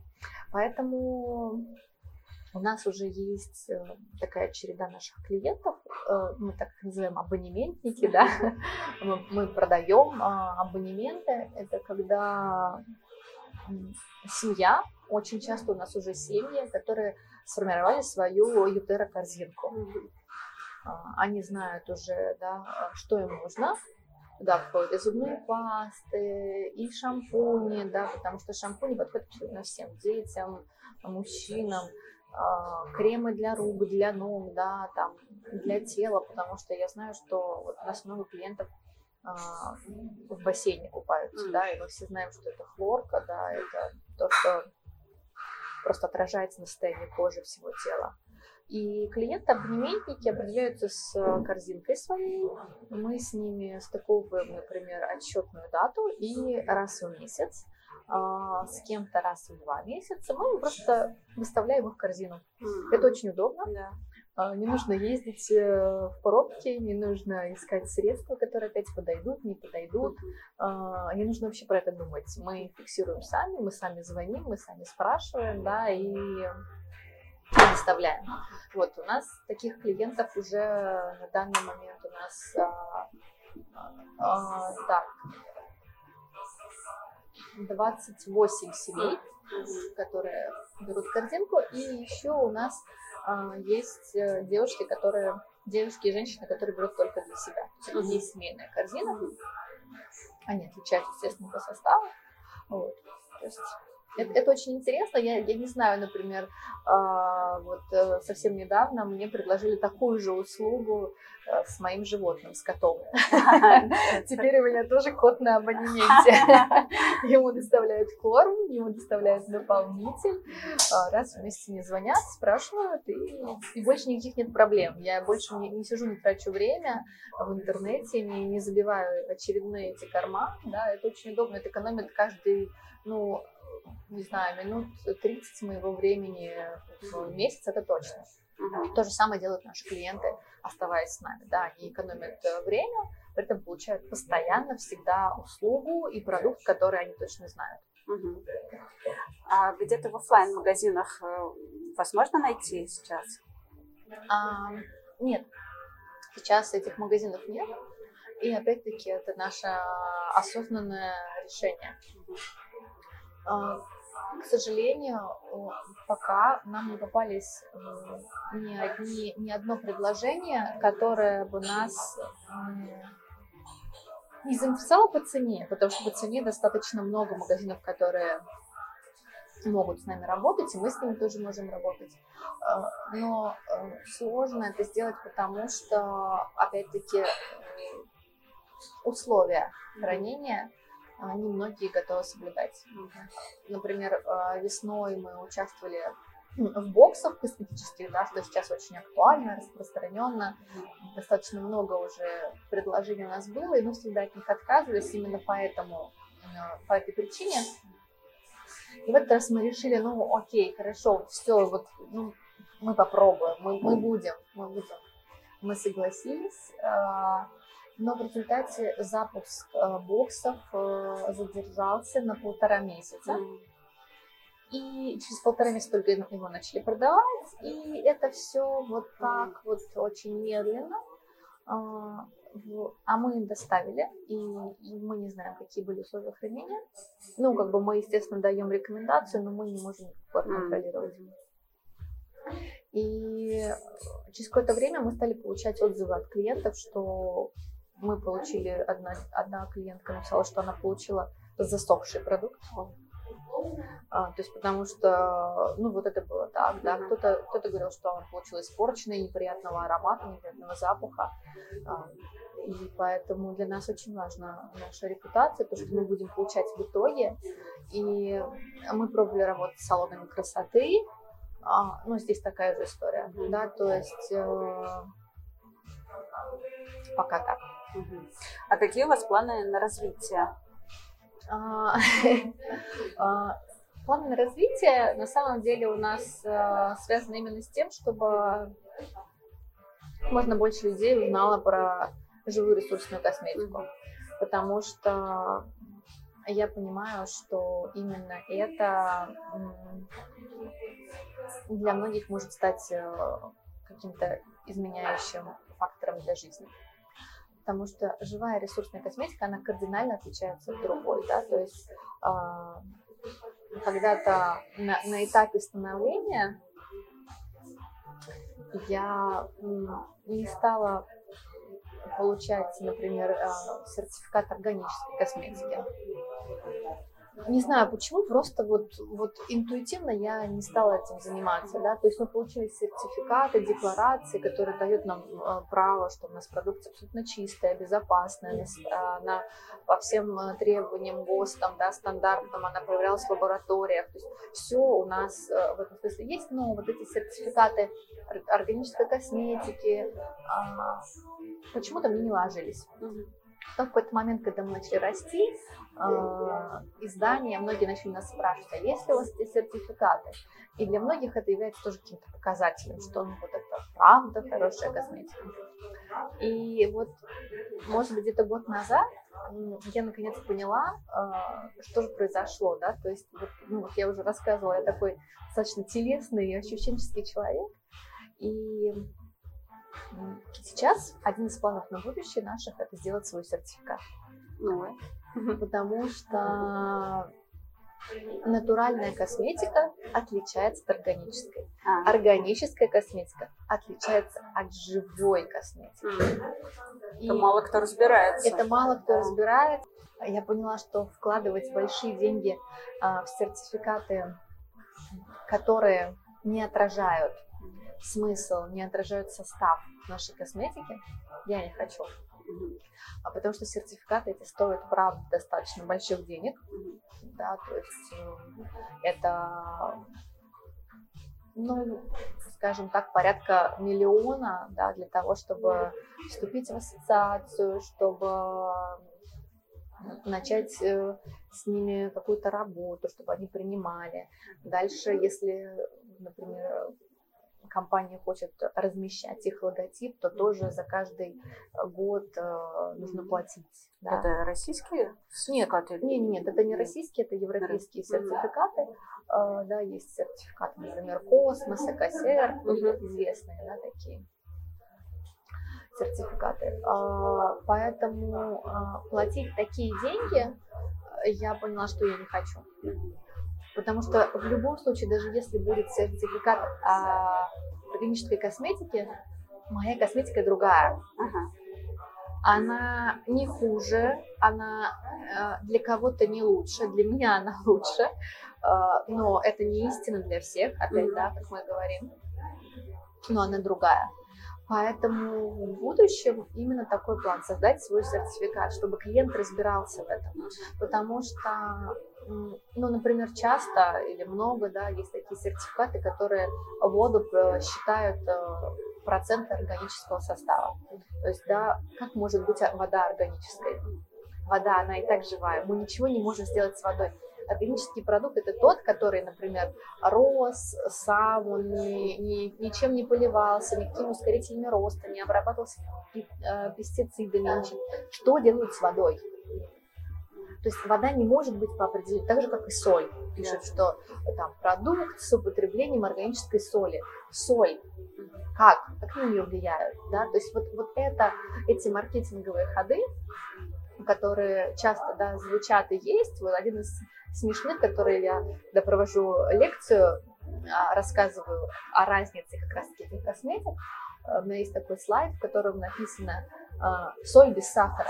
Поэтому у нас уже есть такая череда наших клиентов, мы так называем абонементники, да, мы, мы продаем абонементы, это когда семья, очень часто у нас уже семьи, которые сформировали свою ютера-корзинку. Они знают уже, да, что им нужно. Туда входят и зубные пасты, и шампуни, да, потому что шампуни подходят абсолютно всем детям, мужчинам, кремы для рук, для ног, да, там, для тела, потому что я знаю, что вот у нас много клиентов в бассейне купаются, да, и мы все знаем, что это хлорка, да, это то, что просто отражается на состоянии кожи всего тела. И клиенты-абонементники определяются с корзинкой своей. Мы с ними стыковываем, например, отчетную дату, и раз в месяц, с кем-то раз в два месяца мы просто выставляем их в корзину. Mm-hmm. Это очень удобно. Yeah. Не нужно ездить в пробки, не нужно искать средства, которые опять подойдут, не подойдут. Mm-hmm. Не нужно вообще про это думать. Мы фиксируем сами, мы сами звоним, мы сами спрашиваем, да, и предоставляем. Вот, у нас таких клиентов уже на данный момент у нас а, а, так, двадцать восемь семей, которые берут корзинку, и еще у нас а, есть девушки, которые, девушки и женщины, которые берут только для себя. То есть есть семейная корзина, они отличаются, естественно, по составу. Вот. То есть Это, это очень интересно. Я, я не знаю, например, э, вот э, совсем недавно мне предложили такую же услугу э, с моим животным, с котом. Теперь у меня тоже кот на абонементе. Ему доставляют корм, ему доставляют наполнитель. Раз в месяц мне звонят, спрашивают, и больше никаких нет проблем. Я больше не сижу, не трачу время в интернете, не забиваю очередные эти корма. Это очень удобно, это экономит каждый, ну, не знаю, минут тридцать моего времени в месяц, это точно. Uh-huh. То же самое делают наши клиенты, оставаясь с нами. Да, они экономят время, при этом получают постоянно, всегда услугу и продукт, который они точно знают. Uh-huh. А где-то в офлайн-магазинах вас можно найти сейчас? А, нет, сейчас этих магазинов нет. И опять-таки это наше осознанное решение. Uh-huh. К сожалению, пока нам не попались ни, одни, ни одно предложение, которое бы нас Не заинтересовало по цене, потому что по цене достаточно много магазинов, которые могут с нами работать, и мы с ними тоже можем работать. Но сложно это сделать, потому что, опять-таки, условия хранения немногие готовы соблюдать. Например, весной мы участвовали в боксах косметических, да, что сейчас очень актуально, распространенно. Достаточно много уже предложений у нас было, и мы всегда от них отказывались именно поэтому, по этой причине. И в этот раз мы решили, ну окей, хорошо, все, вот, ну, мы попробуем, мы, мы будем, мы будем. Мы согласились, но в результате запуск боксов задержался на полтора месяца. И через полтора месяца только его начали продавать, и это все вот так вот очень медленно. А мы доставили, и, и мы не знаем, какие были условия хранения. Ну, как бы мы, естественно, даем рекомендацию, но мы не можем контролировать. И через какое-то время мы стали получать отзывы от клиентов, что мы получили, одна, одна клиентка написала, что она получила засохший продукт. А, то есть потому что, ну, вот это было так, да, кто-то, кто-то говорил, что он получил испорченный, неприятного аромата, неприятного запаха, а, и поэтому для нас очень важна наша репутация, то, что мы будем получать в итоге, и мы пробовали работать с салонами красоты, а, ну, здесь такая же история, да, то есть э, пока так. А какие у вас планы на развитие? Планы на развитие на самом деле у нас связаны именно с тем, чтобы можно больше людей узнало про живую ресурсную косметику, потому что я понимаю, что именно это для многих может стать каким-то изменяющим фактором для жизни. Потому что живая ресурсная косметика, она кардинально отличается от другой, да, то есть э, когда-то на, на этапе становления я не стала получать, например, э, сертификат органической косметики. Не знаю почему, просто вот, вот интуитивно я не стала этим заниматься, да, то есть мы получили сертификаты, декларации, которые дают нам э, право, что у нас продукция абсолютно чистая, безопасная, она, она по всем требованиям ГОСТам, да, стандартам, она проверялась в лабораториях, то есть все у нас э, в этом смысле есть, но вот эти сертификаты органической косметики э, почему-то мне не ложились. Потом в какой-то момент, когда мы начали расти, э, издания, многие начали нас спрашивать, а есть ли у вас эти сертификаты? И для многих это является тоже каким-то показателем, что ну, вот это правда хорошая косметика. И вот, может быть, где-то год назад я наконец поняла, э, что же произошло, да, то есть, вот, ну, вот я уже рассказывала, я такой достаточно телесный и ощущенческий человек, и сейчас один из планов на будущее наших — это сделать свой сертификат. Ну, потому что натуральная косметика отличается от органической. А. Органическая косметика отличается от живой косметики. И это мало кто разбирается. Это мало кто разбирается. Я поняла, что вкладывать большие деньги а, в сертификаты, которые не отражают смысл, не отражают состав нашей косметики, я не хочу. Mm-hmm. А потому что сертификаты эти стоят, правда, достаточно больших денег. Mm-hmm. Да, то есть это, ну, скажем так, порядка миллиона, да, для того, чтобы вступить в ассоциацию, чтобы начать с ними какую-то работу, чтобы они принимали. Дальше, если, например, компания хочет размещать их логотип, то тоже за каждый год э, нужно платить. Да. Это российские сертификаты? Нет, нет, нет, это не российские, это европейские сертификаты. Э, да, есть сертификаты, например, Космос, ЭКОСЕР, угу. известные, да, такие сертификаты. Э, поэтому э, платить такие деньги я поняла, что я не хочу. Потому что в любом случае, даже если будет сертификат а, органической косметики, моя косметика другая. Ага. Она не хуже, она для кого-то не лучше, для меня она лучше, но это не истина для всех, опять, mm-hmm. да, как мы говорим, но она другая. Поэтому в будущем именно такой план — создать свой сертификат, чтобы клиент разбирался в этом. Потому что, ну, например, часто или много, да, есть такие сертификаты, которые воду считают проценты органического состава. То есть, да, как может быть вода органической? Вода, она и так живая. Мы ничего не можем сделать с водой. Органический продукт — это тот, который, например, рос сам, он ни, ни, ничем не поливался, никакими ускорителями роста, не обрабатывался пестицидами, ничем. Что делают с водой? То есть вода не может быть по определению, так же, как и соль. Пишут, что там продукт с употреблением органической соли. Соль. Как? Как на нее влияют? Да? То есть вот, вот это, эти маркетинговые ходы, которые часто, да, звучат и есть. Вот один из смешных, которые я, когда провожу лекцию, рассказываю о разнице как раз-таки этих косметик. У меня есть такой слайд, в котором написано «соль без сахара».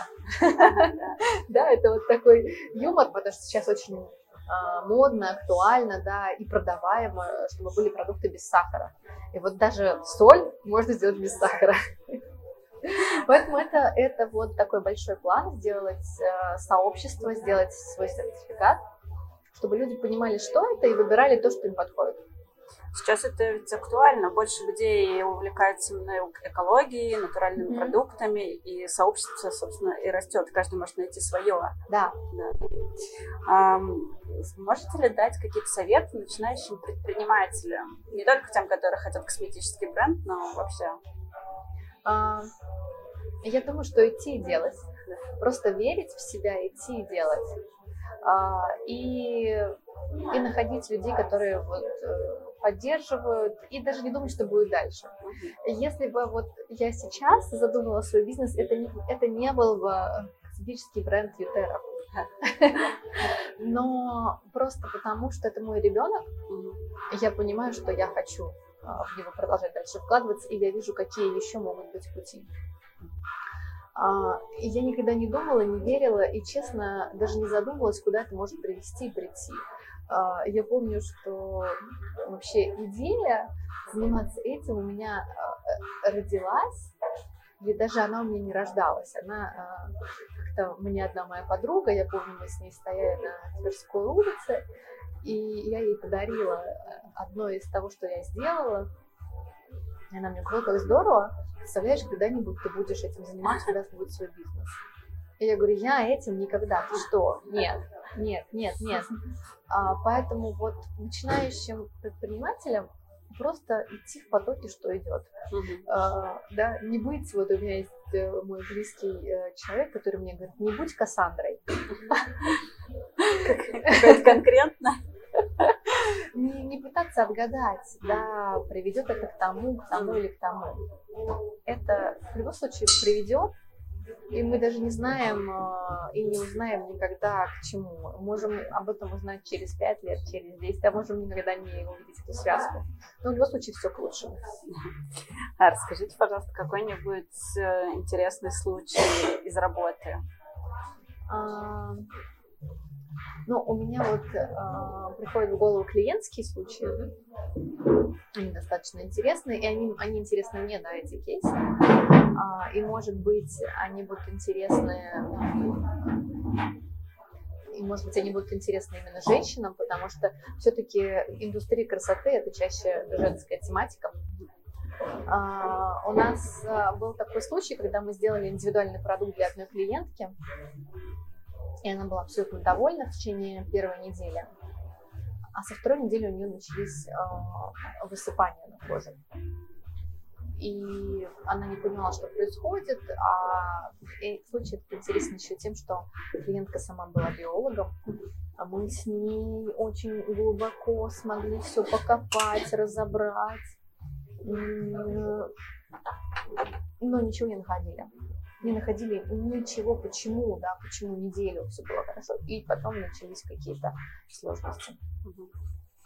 Да, это вот такой юмор, потому что сейчас очень модно, актуально, да, и продаваемо, чтобы были продукты без сахара. И вот даже соль можно сделать без сахара. Поэтому это, это вот такой большой план — сделать э, сообщество, сделать свой сертификат, чтобы люди понимали, что это, и выбирали то, что им подходит. Сейчас это ведь актуально. Больше людей увлекаются именно экологией, натуральными mm-hmm. продуктами, и сообщество, собственно, и растет. Каждый может найти свое. Да. да. А, можете ли дать какие-то советы начинающим предпринимателям? Не только тем, которые хотят косметический бренд, но вообще. А, я думаю, что идти и делать. Просто верить в себя, идти и делать. А, и, и находить людей, которые вот поддерживают, и даже не думать, что будет дальше. Если бы вот я сейчас задумала свой бизнес, это не, это не был бы косметический бренд Ютера. Но просто потому, что это мой ребенок, я понимаю, что я хочу в него продолжать дальше вкладываться, и я вижу, какие еще могут быть пути. И я никогда не думала, не верила, и, честно, даже не задумывалась, куда это может привести и прийти. Я помню, что вообще идея заниматься этим у меня родилась, или даже она у меня не рождалась. Она как-то, мне одна моя подруга, я помню, мы с ней стояли на Тверской улице, и я ей подарила одно из того, что я сделала. И она мне говорила: как здорово, представляешь, когда-нибудь ты будешь этим заниматься, когда будет свой бизнес. И я говорю: я этим никогда, ты что? Нет, нет, нет, нет. А, поэтому вот начинающим предпринимателям просто идти в потоке, что идет. Uh-huh. А, да, не быть, вот у меня есть мой близкий человек, который мне говорит: не будь Кассандрой. Какое-то конкретно. Не, не пытаться отгадать, да, приведет это к тому, к тому или к тому. Это в любом случае приведет, и мы даже не знаем и не узнаем никогда, к чему. Мы можем об этом узнать через пять лет, через десять, а можем никогда не увидеть эту связку. Но в любом случае все к лучшему. А расскажите, пожалуйста, какой-нибудь интересный случай из работы. А... Ну, у меня вот э, приходят в голову клиентские случаи, они достаточно интересные, и они, они интересны мне, да, эти кейсы, а, и, может быть, они будут интересны, и, может быть, они будут интересны именно женщинам, потому что все-таки индустрия красоты — это чаще женская тематика. А, у нас а, был такой случай, когда мы сделали индивидуальный продукт для одной клиентки, и она была абсолютно довольна в течение первой недели. А со второй недели у нее начались э, высыпания на коже. И она не понимала, что происходит. А случай этот интересен еще тем, что клиентка сама была биологом. А мы с ней очень глубоко смогли все покопать, разобрать. Но ничего не находили. Не находили ничего, почему, да, почему неделю все было хорошо, и потом начались какие-то сложности.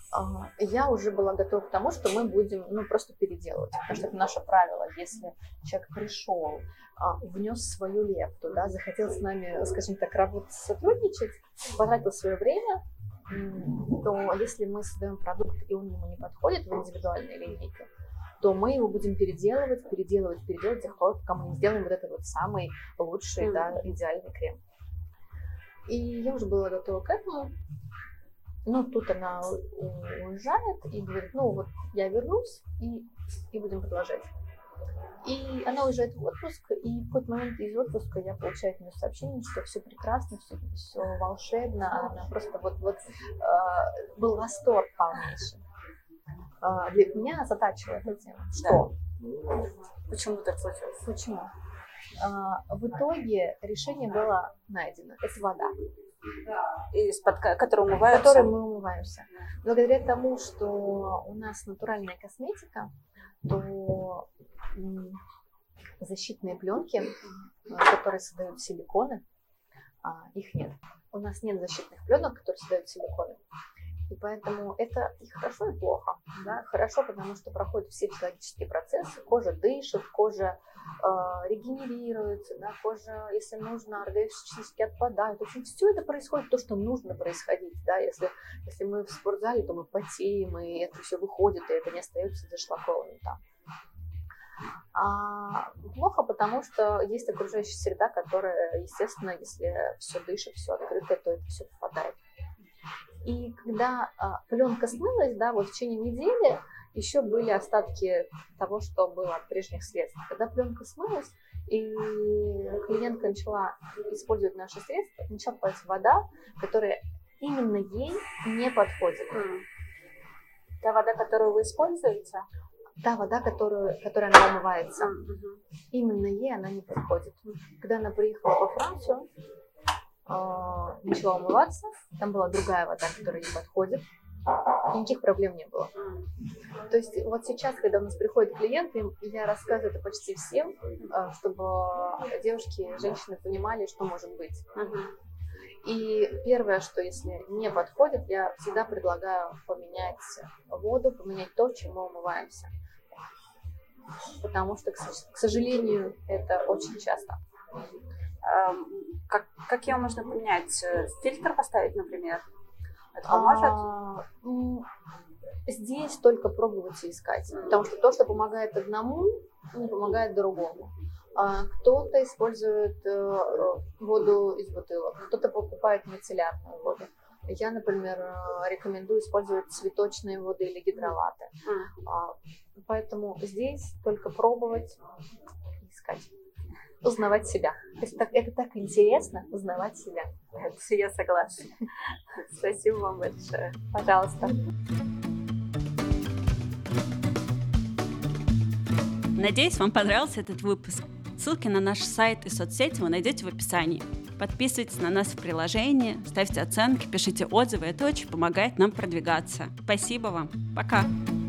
я уже была готова к тому, что мы будем ну, просто переделывать. Потому что это наше правило. Если человек пришел, внес свою лепту, да, захотел с нами, скажем так, работать, сотрудничать, потратил свое время, то если мы создаем продукт, и он ему не подходит в индивидуальной линейке, то мы его будем переделывать, переделывать, переделывать до тех пор, пока мы не сделаем вот этот вот самый лучший, mm-hmm. да, идеальный крем. И я уже была готова к этому. Ну, тут она уезжает и говорит, ну, вот я вернусь, и, и будем продолжать. И она уезжает в отпуск, и в какой-то момент из отпуска я получаю от нее сообщение, что все прекрасно, все, все волшебно. Она просто вот, вот э, был восторг полнейший. Uh, для меня озадачила эта тема. Что? Да. Почему так случилось? Почему? Uh, в итоге решение было найдено. Это вода. Из-под которой умываемся? Которой мы умываемся. Благодаря тому, что у нас натуральная косметика, то м, защитные пленки, которые создают силиконы, а, их нет. У нас нет защитных пленок, которые создают силиконы. И поэтому это и хорошо, и плохо. Да? Хорошо, потому что проходят все физиологические процессы, кожа дышит, кожа э, регенерируется, да? Кожа, если нужно, эр гэ эф частично отпадает. В общем, все это происходит, то, что нужно происходить. Да? Если, если мы в спортзале, то мы потеем, и это все выходит, и это не остается зашлакованным там. А плохо, потому что есть окружающая среда, которая, естественно, если все дышит, все открыто, то это все попадает. И когда а, пленка смылась, да, вот в течение недели еще были остатки того, что было от прежних средств. Когда пленка смылась, и клиентка начала использовать наши средства, начала попадать вода, которая именно ей не подходит. Mm. Та вода, которую вы используете? Та вода, которую, которой она умывается. Mm-hmm. Именно ей она не подходит. Когда она приехала во Францию, начала умываться, там была другая вода, которая ей подходит, и никаких проблем не было. То есть вот сейчас, когда у нас приходят клиенты, я рассказываю это почти всем, чтобы девушки, женщины понимали, что может быть. И первое, что если не подходит, я всегда предлагаю поменять воду, поменять то, чем мы умываемся. Потому что, к сожалению, это очень часто. Как, как его можно поменять? Фильтр поставить, например? Это поможет? А, здесь только пробовать и искать. Потому что то, что помогает одному, не помогает другому. А, кто-то использует э, воду из бутылок, кто-то покупает мицеллярную воду. Я, например, рекомендую использовать цветочные воды или гидролаты. Mm. А, поэтому здесь только пробовать и искать. Узнавать себя. Это так, это так интересно, узнавать себя. Я согласна. Спасибо вам большое. Пожалуйста. Надеюсь, вам понравился этот выпуск. Ссылки на наш сайт и соцсети вы найдете в описании. Подписывайтесь на нас в приложении, ставьте оценки, пишите отзывы. Это очень помогает нам продвигаться. Спасибо вам. Пока.